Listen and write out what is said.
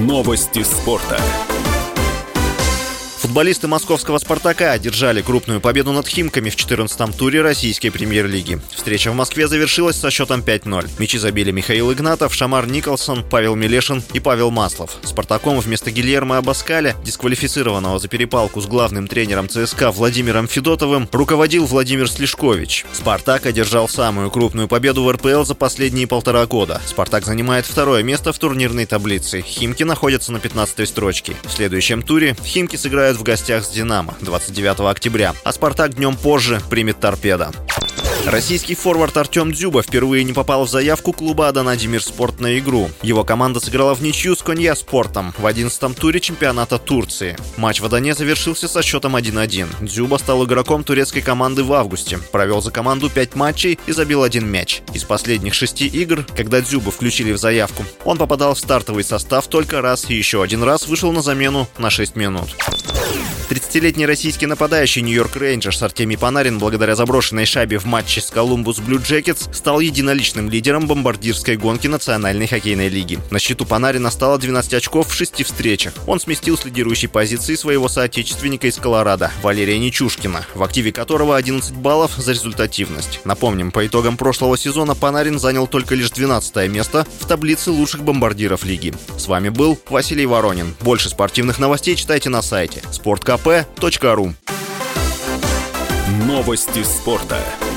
Новости спорта. Футболисты московского «Спартака» одержали крупную победу над «Химками» в 14-м туре российской премьер-лиги. Встреча в Москве завершилась со счетом 5-0. Мячи забили Михаил Игнатов, Шамар Николсон, Павел Милешин и Павел Маслов. «Спартаком» вместо Гильермо Абаскаля, дисквалифицированного за перепалку с главным тренером ЦСКА Владимиром Федотовым, руководил Владимир Слишкович. «Спартак» одержал самую крупную победу в РПЛ за последние 1,5 года. «Спартак» занимает второе место в турнирной таблице. «Химки» находятся на 15-й строчке. В следующем туре «Химки» сыграют в гостях с «Динамо» 29 октября, а «Спартак» днем позже примет «Торпедо». Российский форвард Артем Дзюба впервые не попал в заявку клуба «Адана Демирспорт» на игру. Его команда сыграла в ничью с Коньяспортом в 11-м туре чемпионата Турции. Матч в Адане завершился со счетом 1-1. Дзюба стал игроком турецкой команды в августе, провел за команду 5 матчей и забил 1 мяч. Из последних 6 игр, когда Дзюбу включили в заявку, он попадал в стартовый состав только раз и еще один раз вышел на замену на 6 минут. 30-летний российский нападающий Нью-Йорк Рейнджерс Артемий Панарин благодаря заброшенной шайбе в матче с Колумбус Блю Джекетс стал единоличным лидером бомбардирской гонки Национальной хоккейной лиги. На счету Панарина стало 12 очков в 6 встречах. Он сместил с лидирующей позиции своего соотечественника из Колорадо Валерия Нечушкина, в активе которого 11 баллов за результативность. Напомним, по итогам прошлого сезона Панарин занял только лишь 12 место в таблице лучших бомбардиров лиги. С вами был Василий Воронин. Больше спортивных новостей читайте на сайте sportkp.ru. Новости спорта.